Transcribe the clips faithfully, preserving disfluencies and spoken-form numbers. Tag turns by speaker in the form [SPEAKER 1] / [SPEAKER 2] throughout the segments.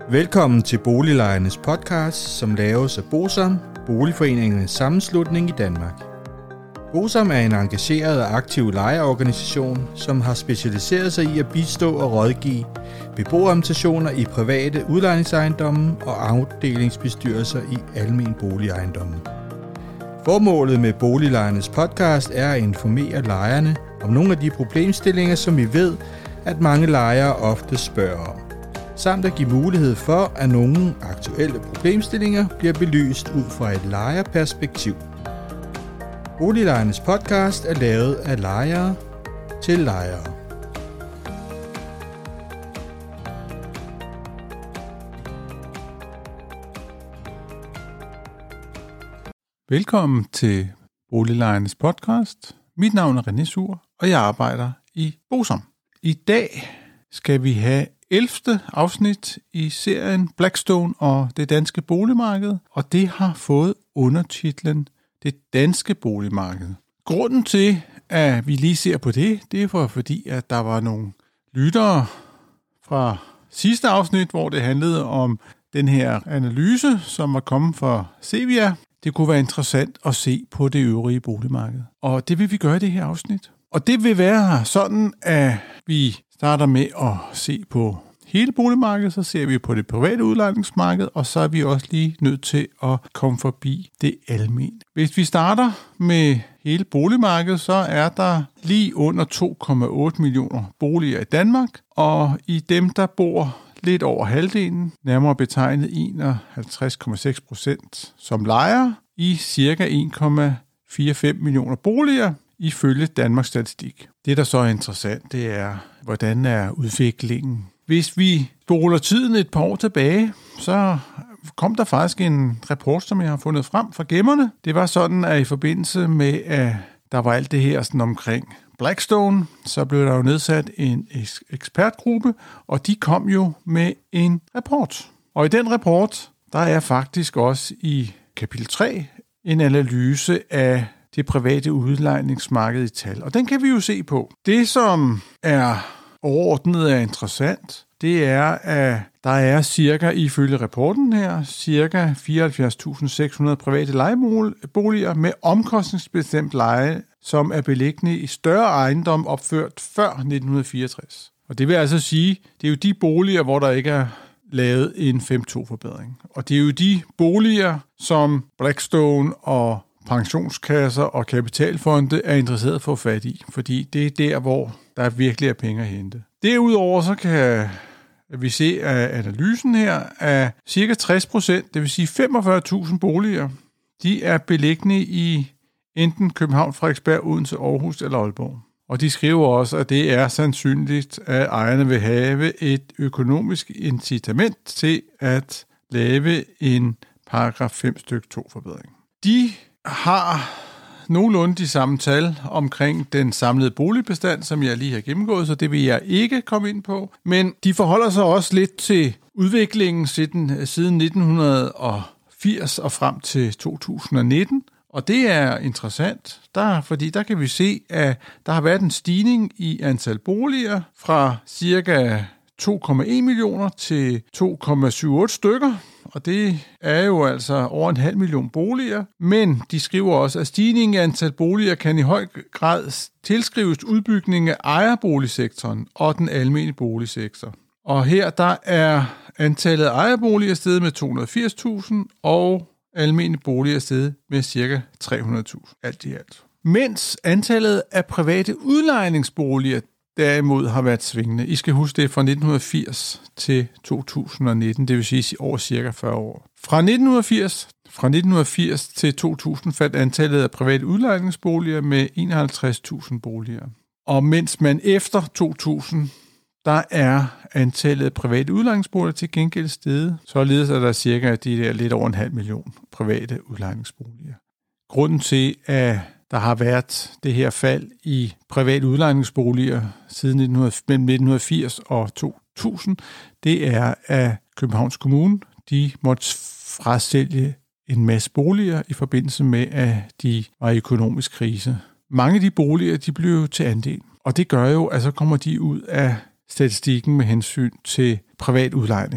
[SPEAKER 1] Velkommen til Boliglejernes podcast, som laves af BOSAM, Boligforeningernes Sammenslutning i Danmark. BOSAM er en engageret og aktiv lejerorganisation, som har specialiseret sig i at bistå og rådgive beboerrepræsentationer i private udlejningsejendomme og afdelingsbestyrelser i almen boligejendomme. Formålet med Boliglejernes podcast er at informere lejerne om nogle af de problemstillinger, som vi ved, at mange lejere ofte spørger om, samt at give mulighed for, at nogle aktuelle problemstillinger bliver belyst ud fra et lejerperspektiv. Boliglejernes podcast er lavet af lejere til lejere.
[SPEAKER 2] Velkommen til Boliglejernes podcast. Mit navn er René Suhr, og jeg arbejder i BOSAM. I dag skal vi have ellevte afsnit i serien Blackstone og det danske boligmarked, og det har fået undertitlen Det danske boligmarked. Grunden til, at vi lige ser på det, det er for, fordi, at der var nogle lyttere fra sidste afsnit, hvor det handlede om den her analyse, som var kommet fra Sevia. Det kunne være interessant at se på det øvrige boligmarked. Og det vil vi gøre i det her afsnit. Og det vil være sådan, at vi starter med at se på hele boligmarkedet, så ser vi på det private udlejningsmarked, og så er vi også lige nødt til at komme forbi det almene. Hvis vi starter med hele boligmarkedet, så er der lige under to komma otte millioner boliger i Danmark, og i dem, der bor lidt over halvdelen, nærmere betegnet enoghalvtreds komma seks procent som lejere, i ca. en komma fire fem millioner boliger, ifølge Danmarks Statistik. Det, der så er interessant, det er, hvordan er udviklingen. Hvis vi spoler tiden et par år tilbage, så kom der faktisk en rapport, som jeg har fundet frem fra gemmerne. Det var sådan, at i forbindelse med, at der var alt det her sådan omkring Blackstone, så blev der jo nedsat en ekspertgruppe, og de kom jo med en rapport. Og i den rapport, der er faktisk også i kapitel tre en analyse af det private udlejningsmarked i tal. Og den kan vi jo se på. Det, som er overordnet er interessant, det er, at der er cirka, ifølge rapporten her, cirka fireoghalvfjerds tusind seks hundrede private lejeboliger med omkostningsbestemt leje, som er beliggende i større ejendom opført før nitten fireogtres. Og det vil altså sige, det er jo de boliger, hvor der ikke er lavet en fem to forbedring. Og det er jo de boliger, som Blackstone og pensionskasser og kapitalfonde er interesseret for at få fat i, fordi det er der, hvor der virkelig er penge at hente. Derudover så kan vi se af analysen her, at cirka tres procent, det vil sige femogfyrre tusind boliger, de er beliggende i enten København, Frederiksberg, Odense, Aarhus eller Aalborg. Og de skriver også, at det er sandsynligt, at ejerne vil have et økonomisk incitament til at lave en paragraf fem stykke to forbedring. De har nogenlunde de samme tal omkring den samlede boligbestand, som jeg lige har gennemgået, så det vil jeg ikke komme ind på. Men de forholder sig også lidt til udviklingen siden, siden nitten firs og frem til to tusind nitten. Og det er interessant, der, fordi der kan vi se, at der har været en stigning i antal boliger fra cirka to komma en millioner til to komma syv otte stykker. Og det er jo altså over en halv million boliger. Men de skriver også, at stigningen i antal boliger kan i høj grad tilskrives udbygning af ejerboligsektoren og den almene boligsektor. Og her der er antallet af ejerboliger steget med to hundrede og firs tusind, og almene boliger steget med ca. tre hundrede tusind, alt i alt. Mens antallet af private udlejningsboliger derimod har været svingende. I skal huske det fra nitten firs til to tusind nitten, det vil sige over cirka fyrre år. Fra nitten firs, fra nitten firs til to tusind faldt antallet af private udlejningsboliger med enoghalvtreds tusind boliger. Og mens man efter to tusind, der er antallet af private udlejningsboliger til gengæld steget, således er der cirka de der lidt over en halv million private udlejningsboliger. Grunden til, at der har været det her fald i private udlejningsboliger siden nitten firs og to tusind, det er, at Københavns Kommune de måtte frasælge en masse boliger i forbindelse med, at de var i økonomisk krise. Mange af de boliger de blev til andel, og det gør jo, at så kommer de ud af statistikken med hensyn til privat udlejning.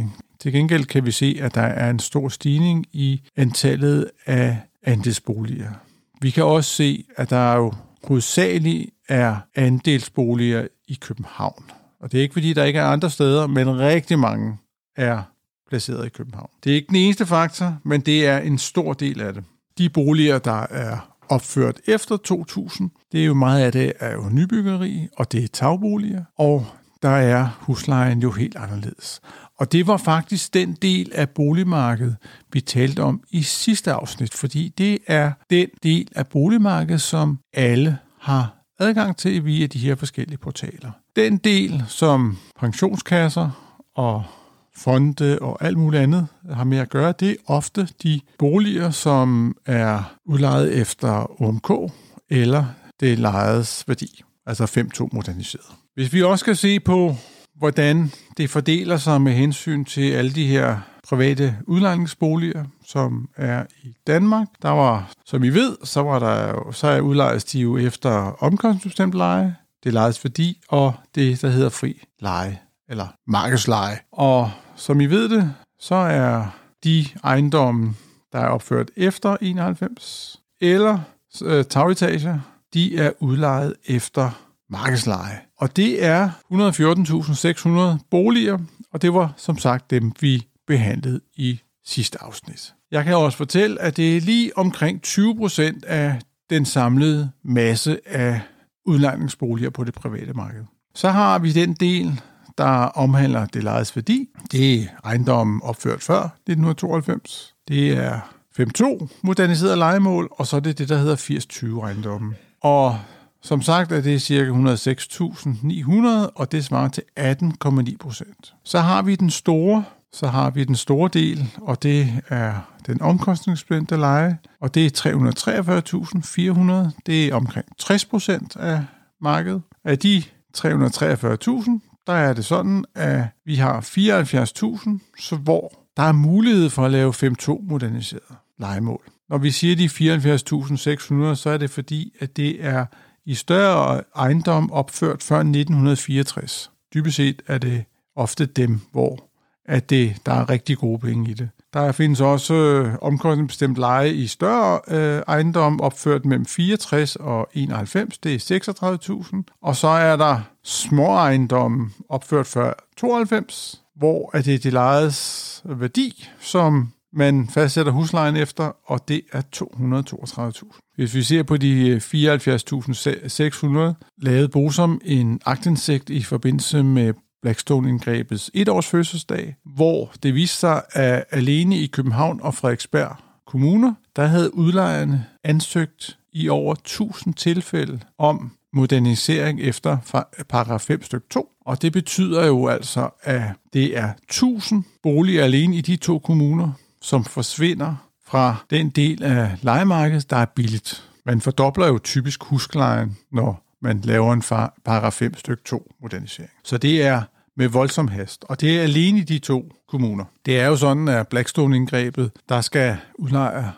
[SPEAKER 2] Til gengæld kan vi se, at der er en stor stigning i antallet af andelsboliger. Vi kan også se, at der jo hovedsageligt er andelsboliger i København. Og det er ikke fordi, der ikke er andre steder, men rigtig mange er placeret i København. Det er ikke den eneste faktor, men det er en stor del af det. De boliger, der er opført efter to tusind, det er jo meget af det er jo nybyggeri, og det er tagboliger, og der er huslejen jo helt anderledes. Og det var faktisk den del af boligmarkedet, vi talte om i sidste afsnit, fordi det er den del af boligmarkedet, som alle har adgang til via de her forskellige portaler. Den del, som pensionskasser og fonde og alt muligt andet har med at gøre, det er ofte de boliger, som er udlejet efter O M K eller det lejedes værdi, altså fem to moderniseret. Hvis vi også skal se på, hvordan det fordeler sig med hensyn til alle de her private udlejningsboliger, som er i Danmark. Der var, som I ved, så var der jo, så er udlejes de jo efter omkostningsbestemt leje, det lejes værdi og det, der hedder fri leje eller markedsleje. Og som I ved det, så er de ejendomme, der er opført efter enoghalvfems eller øh, tagetager, de er udlejet efter markedsleje. Og det er et hundrede og fjorten tusind seks hundrede boliger, og det var som sagt dem, vi behandlede i sidste afsnit. Jeg kan også fortælle, at det er lige omkring tyve procent af den samlede masse af udlejningsboliger på det private marked. Så har vi den del, der omhandler det lejedes værdi. Det er ejendommen opført før nitten tooghalvfems. Det er fem to moderniseret lejemål, og så er det det, der hedder firs tyve ejendommen. Og som sagt er det ca. et hundrede og seks tusind ni hundrede, og det svarer til atten komma ni procent. Så har vi den store, så har vi den store del, og det er den omkostningsbestemte leje, og det er tre hundrede og treogfyrre tusind fire hundrede. Det er omkring tres procent af markedet. Af de tre hundrede og treogfyrre tusind, der er det sådan, at vi har fireoghalvfjerds tusind, så hvor der er mulighed for at lave fem to moderniseret lejemål. Når vi siger de fireoghalvfjerds tusind seks hundrede, så er det fordi, at det er i større ejendom opført før nitten fireogtres. Dybest set er det ofte dem, hvor at det, der er rigtig gode penge i det. Der findes også øh, omkostningsbestemt leje i større øh, ejendom opført mellem fireogtres og enoghalvfems. Det er seksogtredive tusind. Og så er der små ejendomme opført før tooghalvfems, hvor er det det lejedes værdi, som man fastsætter huslejen efter, og det er to hundrede og toogtredive tusind. Hvis vi ser på de fireoghalvfjerds tusind seks hundrede, lavede Bosom en aktindsigt i forbindelse med Blackstone-indgrebets et-års fødselsdag, hvor det viste sig, at alene i København og Frederiksberg kommuner, der havde udlejerne ansøgt i over tusind tilfælde om modernisering efter paragraf fem stykke to. Og det betyder jo altså, at det er tusind boliger alene i de to kommuner, som forsvinder fra den del af lejemarkedet, der er billigt. Man fordobler jo typisk huslejen, når man laver en paragraf fem stykke to modernisering. Så det er med voldsom hast, og det er alene i de to kommuner. Det er jo sådan, at Blackstone-indgrebet, der skal udlejer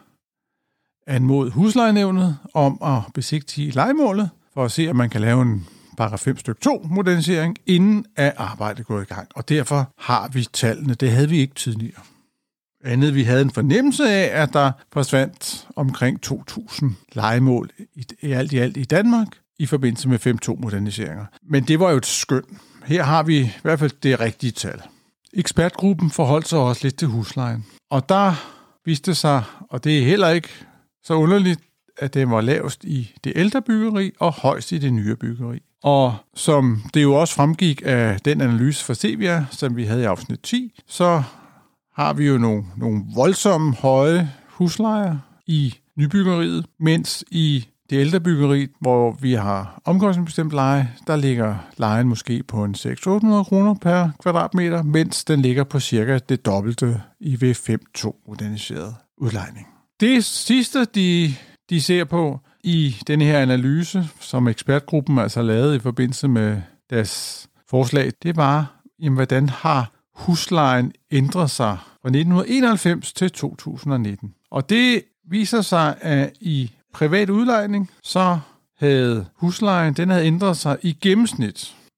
[SPEAKER 2] anmode huslejenævnet om at besigtige lejemålet, for at se, om man kan lave en paragraf fem stykke to modernisering, inden at arbejdet går i gang. Og derfor har vi tallene. Det havde vi ikke tidligere. Andet, vi havde en fornemmelse af, at der forsvandt omkring to tusind lejemål i alt i alt i Danmark i forbindelse med fem to moderniseringer. Men det var jo et skøn. Her har vi i hvert fald det rigtige tal. Ekspertgruppen forholdt sig også lidt til huslejen. Og der viste sig, og det er heller ikke så underligt, at det var lavest i det ældre byggeri og højst i det nye byggeri. Og som det jo også fremgik af den analyse fra Sevia, som vi havde i afsnit ti, så har vi jo nogle, nogle voldsomme høje huslejer i nybyggeriet, mens i det ældre byggeri, hvor vi har omkostningsbestemt leje, der ligger lejen måske på en seks til otte hundrede kroner per kvadratmeter, mens den ligger på cirka det dobbelte i ved fem to moderniseret udlejning. Det sidste, de, de ser på i denne her analyse, som ekspertgruppen altså lavede i forbindelse med deres forslag, det var, jamen, hvordan har huslejen ændret sig fra nitten enoghalvfems til to tusind og nitten. Og det viser sig, at i privat udlejning, så havde huslejen, den havde ændret sig i gennemsnit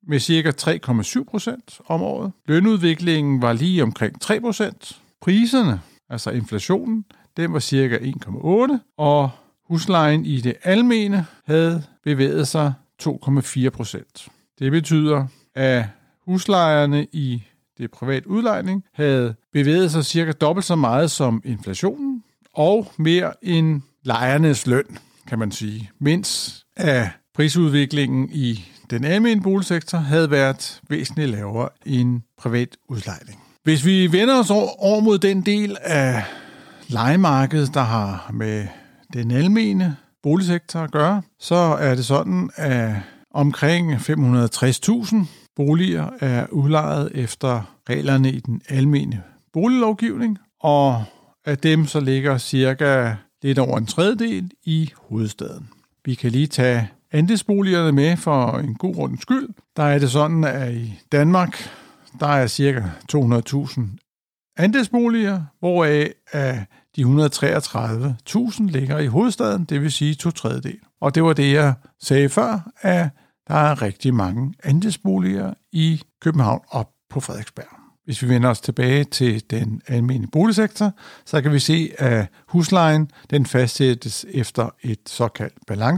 [SPEAKER 2] med ca. tre komma syv procent om året. Lønudviklingen var lige omkring tre procent. Priserne, altså inflationen, den var ca. en komma otte, og huslejen i det almene havde bevæget sig to komma fire procent. Det betyder, at huslejerne i det privat udlejning havde bevæget sig cirka dobbelt så meget som inflationen, og mere end lejernes løn, kan man sige, mens at prisudviklingen i den almene boligsektor havde været væsentligt lavere end privat udlejning. Hvis vi vender os over mod den del af lejemarkedet, der har med den almene boligsektor at gøre, så er det sådan, at omkring fem hundrede og tres tusind boliger er udlejet efter reglerne i den almene boliglovgivning, og af dem så ligger cirka lidt over en tredjedel i hovedstaden. Vi kan lige tage andelsboligerne med for en god runds skyld. Der er det sådan, at i Danmark, der er cirka to hundrede tusind andelsboliger, hvoraf af de et hundrede og treogtredive tusind ligger i hovedstaden, det vil sige to tredjedel. Og det var det, jeg sagde før, at der er rigtig mange andelsboliger i København og på Frederiksberg. Hvis vi vender os tilbage til den almene boligsektor, så kan vi se, at huslejen den fastsættes efter et såkaldt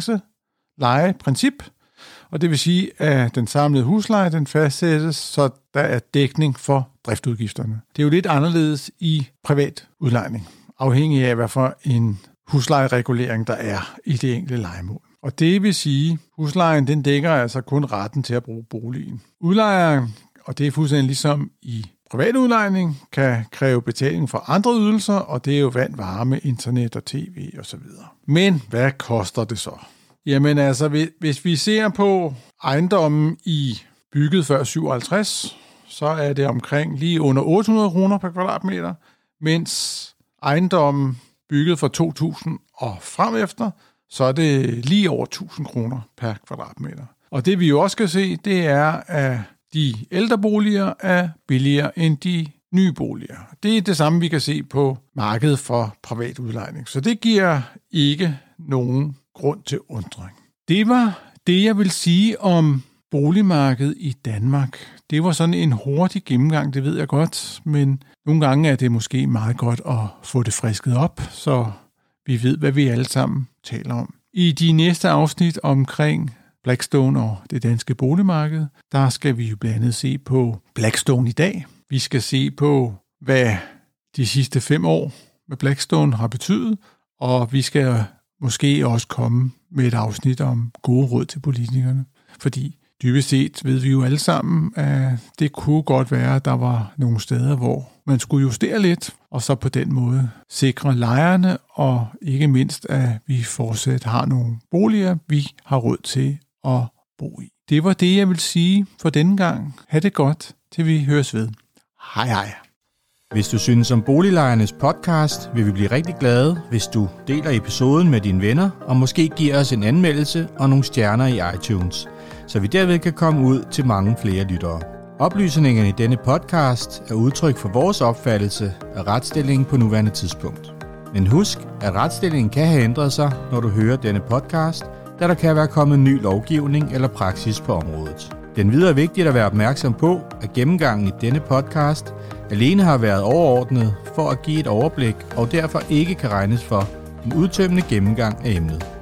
[SPEAKER 2] balance-lejeprincip. Og det vil sige, at den samlede husleje den fastsættes, så der er dækning for driftudgifterne. Det er jo lidt anderledes i privat udlejning, afhængig af, hvad for en huslejeregulering der er i det enkelte lejemål. Og det vil sige, at huslejen den dækker altså kun retten til at bruge boligen. Udlejeren, og det er fuldstændig ligesom i privat udlejning, kan kræve betaling for andre ydelser, og det er jo vand, varme, internet og tv osv. Men hvad koster det så? Jamen altså, hvis vi ser på ejendommen i bygget før syvoghalvtreds, så er det omkring lige under otte hundrede kroner per kvadratmeter, mens ejendommen bygget fra to tusind og frem efter, så er det lige over tusind kroner per kvadratmeter. Og det vi jo også kan se, det er, at de ældre boliger er billigere end de nye boliger. Det er det samme, vi kan se på markedet for privat udlejning. Så det giver ikke nogen grund til undring. Det var det, jeg vil sige om boligmarkedet i Danmark. Det var sådan en hurtig gennemgang, det ved jeg godt, men nogle gange er det måske meget godt at få det frisket op, så vi ved, hvad vi alle sammen taler om. I de næste afsnit omkring Blackstone og det danske boligmarked, der skal vi jo blandt andet se på Blackstone i dag. Vi skal se på, hvad de sidste fem år med Blackstone har betydet, og vi skal måske også komme med et afsnit om gode råd til politikerne. Fordi dybest set ved vi jo alle sammen, at det kunne godt være, at der var nogle steder, hvor man skulle justere lidt, og så på den måde sikre lejerne, og ikke mindst, at vi fortsat har nogle boliger, vi har råd til at bo i. Det var det, jeg vil sige for denne gang. Ha' det godt, til vi høres ved. Hej hej.
[SPEAKER 1] Hvis du synes om Boliglejernes podcast, vil vi blive rigtig glade, hvis du deler episoden med dine venner, og måske giver os en anmeldelse og nogle stjerner i iTunes, så vi derved kan komme ud til mange flere lyttere. Oplysningerne i denne podcast er udtryk for vores opfattelse af retsstillingen på nuværende tidspunkt. Men husk, at retsstillingen kan have ændret sig, når du hører denne podcast, da der kan være kommet ny lovgivning eller praksis på området. Den videre er vigtigt at være opmærksom på, at gennemgangen i denne podcast alene har været overordnet for at give et overblik og derfor ikke kan regnes for en udtømmende gennemgang af emnet.